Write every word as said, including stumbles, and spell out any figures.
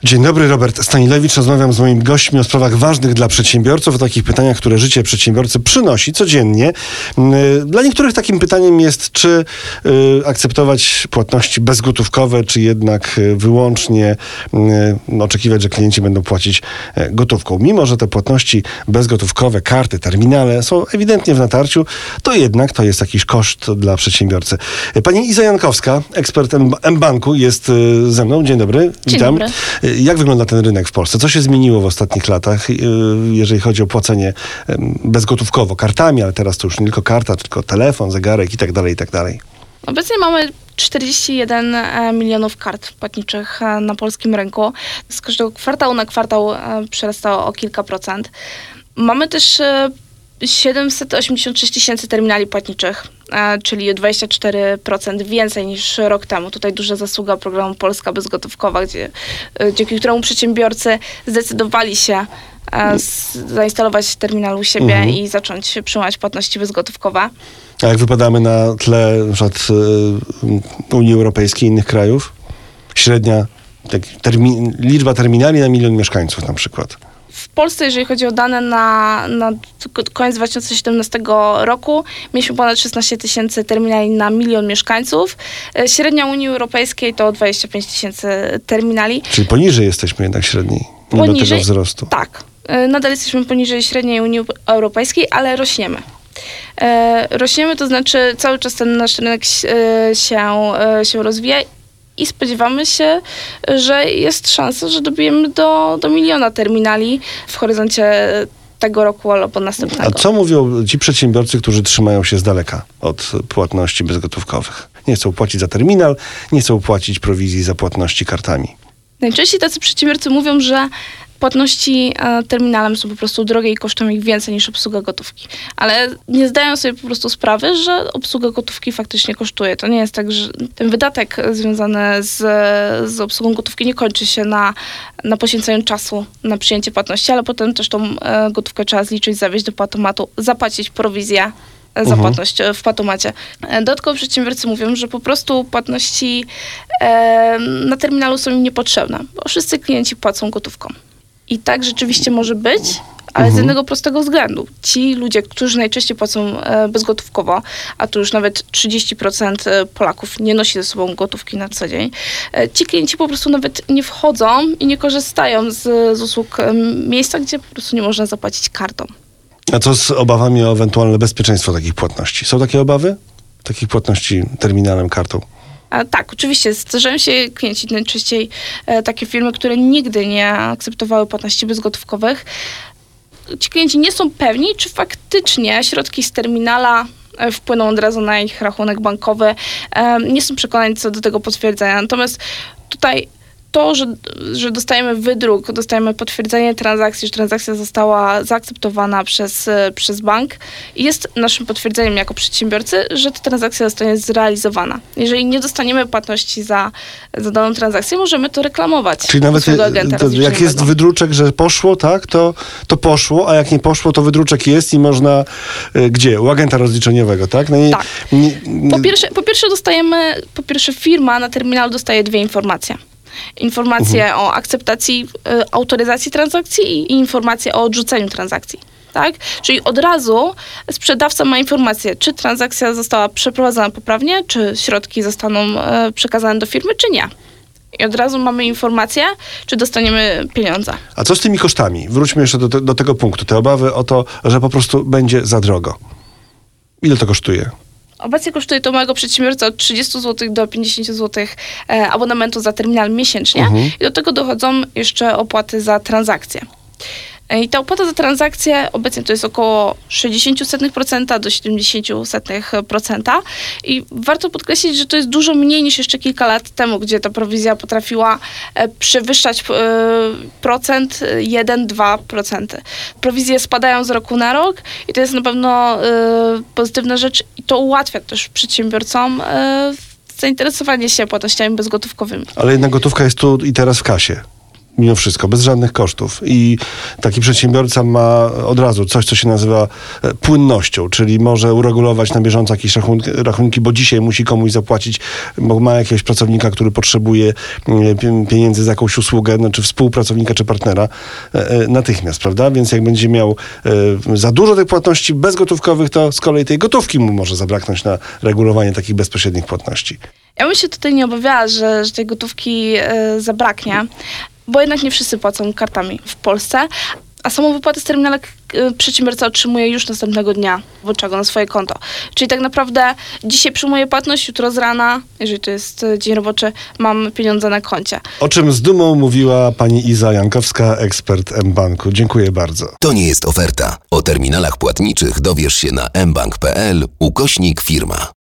Dzień dobry, Robert Stanilewicz. Rozmawiam z moimi gośćmi o sprawach ważnych dla przedsiębiorców, o takich pytaniach, które życie przedsiębiorcy przynosi codziennie. Dla niektórych takim pytaniem jest, czy y, akceptować płatności bezgotówkowe, czy jednak wyłącznie y, oczekiwać, że klienci będą płacić y, gotówką. Mimo że te płatności bezgotówkowe, karty, terminale są ewidentnie w natarciu, to jednak to jest jakiś koszt dla przedsiębiorcy. Pani Iza Jankowska, ekspert mBanku, jest y, ze mną. Dzień dobry. Dzień Witam. dobry. Jak wygląda ten rynek w Polsce? Co się zmieniło w ostatnich latach, jeżeli chodzi o płacenie bezgotówkowo, kartami, ale teraz to już nie tylko karta, tylko telefon, zegarek i tak dalej, i tak dalej. Obecnie mamy czterdzieści jeden milionów kart płatniczych na polskim rynku. Z każdego kwartału na kwartał przyrasta o kilka procent. Mamy też siedemset osiemdziesiąt sześć tysięcy terminali płatniczych, czyli dwadzieścia cztery procent więcej niż rok temu. Tutaj duża zasługa programu Polska Bezgotówkowa, gdzie, dzięki któremu przedsiębiorcy zdecydowali się zainstalować terminal u siebie mhm. i zacząć przyjmować płatności bezgotówkowe. A jak wypadamy na tle na przykład Unii Europejskiej i innych krajów? Średnia tak, termi- liczba terminali na milion mieszkańców na przykład. W Polsce, jeżeli chodzi o dane na, na koniec dwa tysiące siedemnastego roku, mieliśmy ponad szesnaście tysięcy terminali na milion mieszkańców. Średnia Unii Europejskiej to dwadzieścia pięć tysięcy terminali. Czyli poniżej jesteśmy jednak średniej, mimo poniżej, tego wzrostu. Tak. Nadal jesteśmy poniżej średniej Unii Europejskiej, ale rośniemy. E, rośniemy, to znaczy cały czas ten nasz rynek e, się, e, się rozwija i spodziewamy się, że jest szansa, że dobijemy do, do miliona terminali w horyzoncie tego roku albo następnego. A co mówią ci przedsiębiorcy, którzy trzymają się z daleka od płatności bezgotówkowych? Nie chcą płacić za terminal, nie chcą płacić prowizji za płatności kartami. Najczęściej tacy przedsiębiorcy mówią, że płatności e, terminalem są po prostu drogie i kosztują ich więcej niż obsługa gotówki. Ale nie zdają sobie po prostu sprawy, że obsługa gotówki faktycznie kosztuje. To nie jest tak, że ten wydatek związany z, z obsługą gotówki nie kończy się na, na poświęceniu czasu na przyjęcie płatności, ale potem też tą e, gotówkę trzeba zliczyć, zawieźć do płatomatu, zapłacić prowizję za uh-huh. płatność w płatomacie. Dodatkowo przedsiębiorcy mówią, że po prostu płatności e, na terminalu są im niepotrzebne, bo wszyscy klienci płacą gotówką. I tak rzeczywiście może być, ale mhm. z jednego prostego względu. Ci ludzie, którzy najczęściej płacą e, bezgotówkowo, a tu już nawet trzydzieści procent Polaków nie nosi ze sobą gotówki na co dzień, e, ci klienci po prostu nawet nie wchodzą i nie korzystają z, z usług e, miejsca, gdzie po prostu nie można zapłacić kartą. A co z obawami o ewentualne bezpieczeństwo takich płatności? Są takie obawy? Takich płatności terminalem, kartą? A tak, oczywiście zdarzają się klienci, najczęściej e, takie firmy, które nigdy nie akceptowały płatności bezgotówkowych. Ci klienci nie są pewni, czy faktycznie środki z terminala e, wpłyną od razu na ich rachunek bankowy. E, nie są przekonani co do tego potwierdzenia. Natomiast tutaj to, że, że dostajemy wydruk, dostajemy potwierdzenie transakcji, że transakcja została zaakceptowana przez, przez bank, jest naszym potwierdzeniem jako przedsiębiorcy, że ta transakcja zostanie zrealizowana. Jeżeli nie dostaniemy płatności za, za daną transakcję, możemy to reklamować. Czyli nawet to, jak jest wydruczek, że poszło, tak, to, to poszło, a jak nie poszło, to wydruczek jest i można y, gdzie? U agenta rozliczeniowego, tak? No i, tak. Nie, po, pierwsze, po pierwsze dostajemy, po pierwsze firma na terminalu dostaje dwie informacje. Informacje mhm. o akceptacji, y, autoryzacji transakcji i informacje o odrzuceniu transakcji. Tak? Czyli od razu sprzedawca ma informację, czy transakcja została przeprowadzona poprawnie, czy środki zostaną y, przekazane do firmy, czy nie. I od razu mamy informację, czy dostaniemy pieniądze. A co z tymi kosztami? Wróćmy jeszcze do, te, do tego punktu. Te obawy o to, że po prostu będzie za drogo. Ile to kosztuje? Obecnie kosztuje to małego przedsiębiorcy od trzydzieści złotych do pięćdziesiąt złotych e, abonamentu za terminal miesięcznie. Mhm. I do tego dochodzą jeszcze opłaty za transakcje. E, I ta opłata za transakcje obecnie to jest około sześćdziesiąt procent do siedemdziesiąt procent. I warto podkreślić, że to jest dużo mniej niż jeszcze kilka lat temu, gdzie ta prowizja potrafiła e, przewyższać e, procent jeden do dwóch procent. Prowizje spadają z roku na rok i to jest na pewno e, pozytywna rzecz i to ułatwia też przedsiębiorcom e, zainteresowanie się płatnościami bezgotówkowymi. Ale jednak gotówka jest tu i teraz w kasie. mimo wszystko, bez żadnych kosztów. I taki przedsiębiorca ma od razu coś, co się nazywa płynnością, czyli może uregulować na bieżąco jakieś rachunki, rachunki bo dzisiaj musi komuś zapłacić, bo ma jakiegoś pracownika, który potrzebuje pieniędzy za jakąś usługę, no, czy współpracownika, czy partnera natychmiast, prawda? Więc jak będzie miał za dużo tych płatności bezgotówkowych, to z kolei tej gotówki mu może zabraknąć na regulowanie takich bezpośrednich płatności. Ja bym się tutaj nie obawiała, że, że tej gotówki y, zabraknie, bo jednak nie wszyscy płacą kartami w Polsce, a samą wypłatę z terminalek y, przedsiębiorca otrzymuje już następnego dnia włącza na swoje konto. Czyli tak naprawdę dzisiaj przyjmuję płatność, jutro z rana, jeżeli to jest y, dzień roboczy, mam pieniądze na koncie. O czym z dumą mówiła pani Iza Jankowska, ekspert mBanku. Dziękuję bardzo. To nie jest oferta. O terminalach płatniczych dowiesz się na mbank kropka pl ukośnik firma.